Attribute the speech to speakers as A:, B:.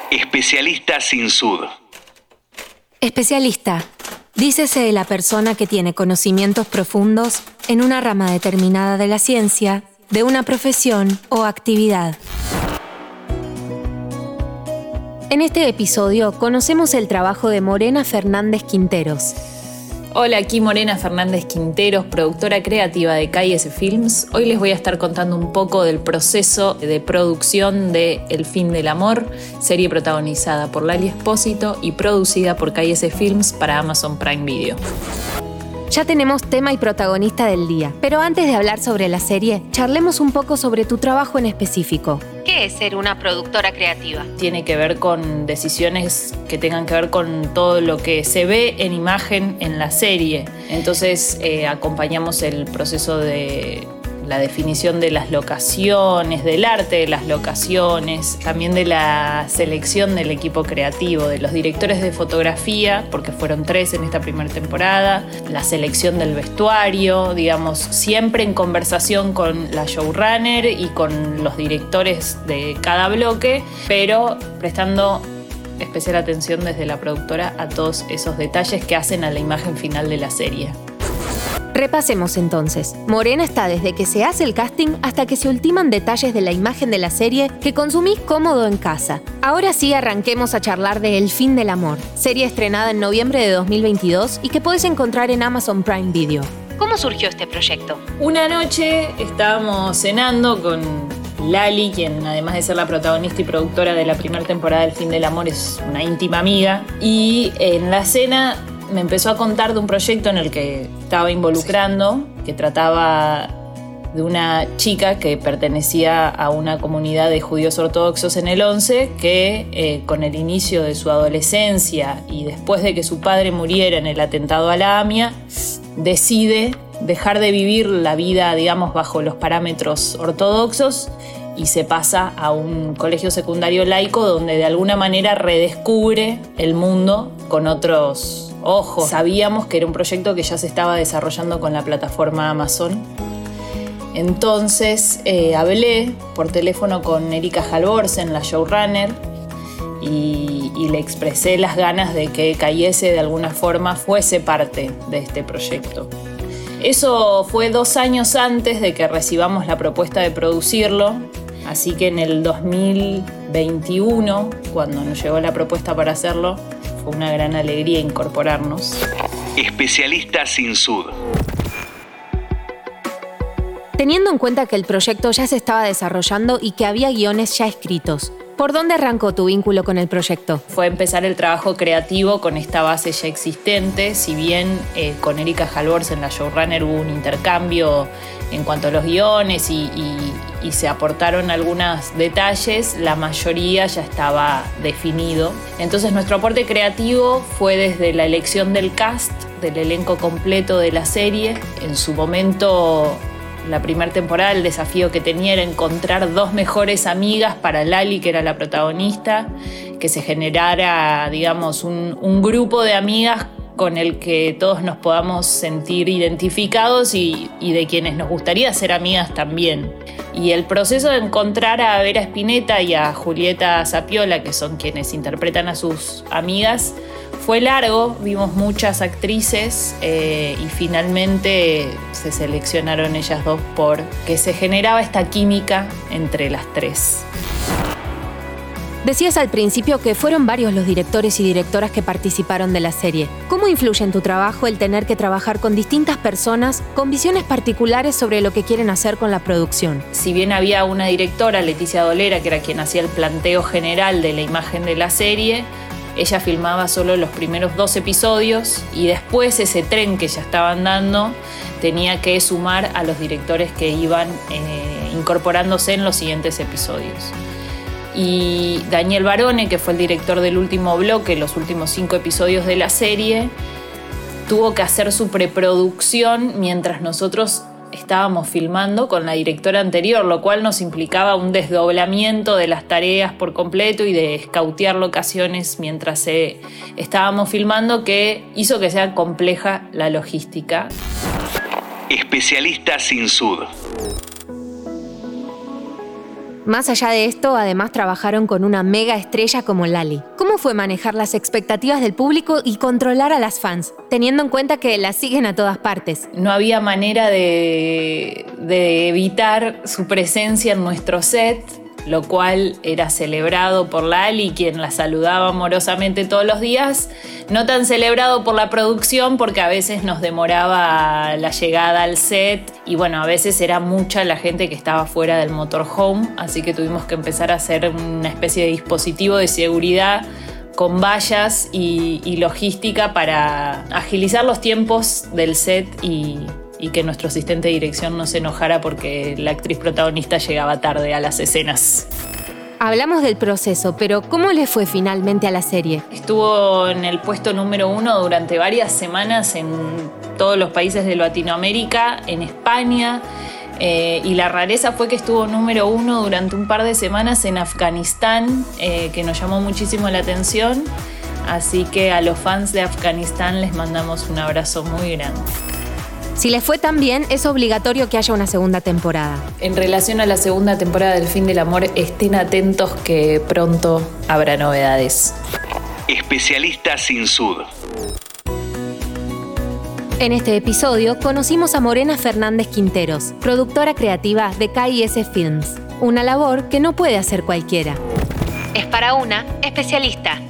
A: Especialista sin sud.
B: Especialista. Dícese de la persona que tiene conocimientos profundos en una rama determinada de la ciencia, de una profesión o actividad. En este episodio conocemos el trabajo de Morena Fernández Quinteros.
C: Hola, aquí Morena Fernández Quinteros, productora creativa de KS Films. Hoy les voy a estar contando un poco del proceso de producción de El fin del amor, serie protagonizada por Lali Espósito y producida por KS Films para Amazon Prime Video.
B: Ya tenemos tema y protagonista del día, pero antes de hablar sobre la serie, charlemos un poco sobre tu trabajo en específico. ¿Qué es ser una productora creativa?
C: Tiene que ver con decisiones que tengan que ver con todo lo que se ve en imagen en la serie. Entonces acompañamos el proceso de la definición de las locaciones, del arte de las locaciones, también de la selección del equipo creativo, de los directores de fotografía, porque fueron 3 en esta primera temporada, la selección del vestuario, digamos, siempre en conversación con la showrunner y con los directores de cada bloque, pero prestando especial atención desde la productora a todos esos detalles que hacen a la imagen final de la serie.
B: Repasemos entonces. Morena está desde que se hace el casting hasta que se ultiman detalles de la imagen de la serie que consumís cómodo en casa. Ahora sí arranquemos a charlar de El fin del amor, serie estrenada en noviembre de 2022 y que podés encontrar en Amazon Prime Video. ¿Cómo surgió este proyecto?
C: Una noche estábamos cenando con Lali, quien además de ser la protagonista y productora de la primera temporada del Fin del Amor es una íntima amiga, y en la cena me empezó a contar de un proyecto en el que estaba involucrando, que trataba de una chica que pertenecía a una comunidad de judíos ortodoxos en el 11, que con el inicio de su adolescencia y después de que su padre muriera en el atentado a la AMIA, decide dejar de vivir la vida, digamos, bajo los parámetros ortodoxos y se pasa a un colegio secundario laico donde de alguna manera redescubre el mundo con otros ojos. Sabíamos que era un proyecto que ya se estaba desarrollando con la plataforma Amazon. Entonces hablé por teléfono con Erika Halvorsen, la showrunner, y le expresé las ganas de que KS de alguna forma fuese parte de este proyecto. Eso fue 2 años antes de que recibamos la propuesta de producirlo, así que en el 2021, cuando nos llegó la propuesta para hacerlo, fue una gran alegría incorporarnos.
A: Especialista sin sud.
B: Teniendo en cuenta que el proyecto ya se estaba desarrollando y que había guiones ya escritos, ¿por dónde arrancó tu vínculo con el proyecto?
C: Fue empezar el trabajo creativo con esta base ya existente. Si bien con Erika Halvorsen, la showrunner, hubo un intercambio en cuanto a los guiones y se aportaron algunos detalles, la mayoría ya estaba definido. Entonces nuestro aporte creativo fue desde la elección del cast, del elenco completo de la serie. En su momento, la primera temporada, el desafío que tenía era encontrar 2 mejores amigas para Lali, que era la protagonista, que se generara, digamos, un grupo de amigas con el que todos nos podamos sentir identificados y de quienes nos gustaría ser amigas también. Y el proceso de encontrar a Vera Spinetta y a Julieta Zapiola, que son quienes interpretan a sus amigas, fue largo. Vimos muchas actrices y finalmente se seleccionaron ellas 2 porque se generaba esta química entre las 3.
B: Decías al principio que fueron varios los directores y directoras que participaron de la serie. ¿Cómo influye en tu trabajo el tener que trabajar con distintas personas con visiones particulares sobre lo que quieren hacer con la producción?
C: Si bien había una directora, Leticia Dolera, que era quien hacía el planteo general de la imagen de la serie, ella filmaba solo los primeros 2 episodios y después ese tren que ya estaban dando tenía que sumar a los directores que iban incorporándose en los siguientes episodios. Y Daniel Barone, que fue el director del último bloque, los últimos 5 episodios de la serie, tuvo que hacer su preproducción mientras nosotros estábamos filmando con la directora anterior, lo cual nos implicaba un desdoblamiento de las tareas por completo y de escautear locaciones mientras estábamos filmando, que hizo que sea compleja la logística.
A: Especialista sin sud.
B: Más allá de esto, además trabajaron con una mega estrella como Lali. ¿Cómo fue manejar las expectativas del público y controlar a las fans, teniendo en cuenta que las siguen a todas partes?
C: No había manera de evitar su presencia en nuestro set, lo cual era celebrado por Lali, quien la saludaba amorosamente todos los días. No tan celebrado por la producción, porque a veces nos demoraba la llegada al set y bueno, a veces era mucha la gente que estaba fuera del motorhome, así que tuvimos que empezar a hacer una especie de dispositivo de seguridad con vallas y logística para agilizar los tiempos del set y que nuestro asistente de dirección no se enojara porque la actriz protagonista llegaba tarde a las escenas.
B: Hablamos del proceso, pero ¿cómo le fue finalmente a la serie?
C: Estuvo en el puesto número 1 durante varias semanas en todos los países de Latinoamérica, en España, y la rareza fue que estuvo número 1 durante un par de semanas en Afganistán, que nos llamó muchísimo la atención. Así que a los fans de Afganistán les mandamos un abrazo muy grande.
B: Si les fue tan bien, es obligatorio que haya una segunda temporada.
C: En relación a la segunda temporada del Fin del Amor, estén atentos que pronto habrá novedades.
A: Especialista sin sud.
B: En este episodio conocimos a Morena Fernández Quinteros, productora creativa de KIS Films. Una labor que no puede hacer cualquiera. Es para una especialista.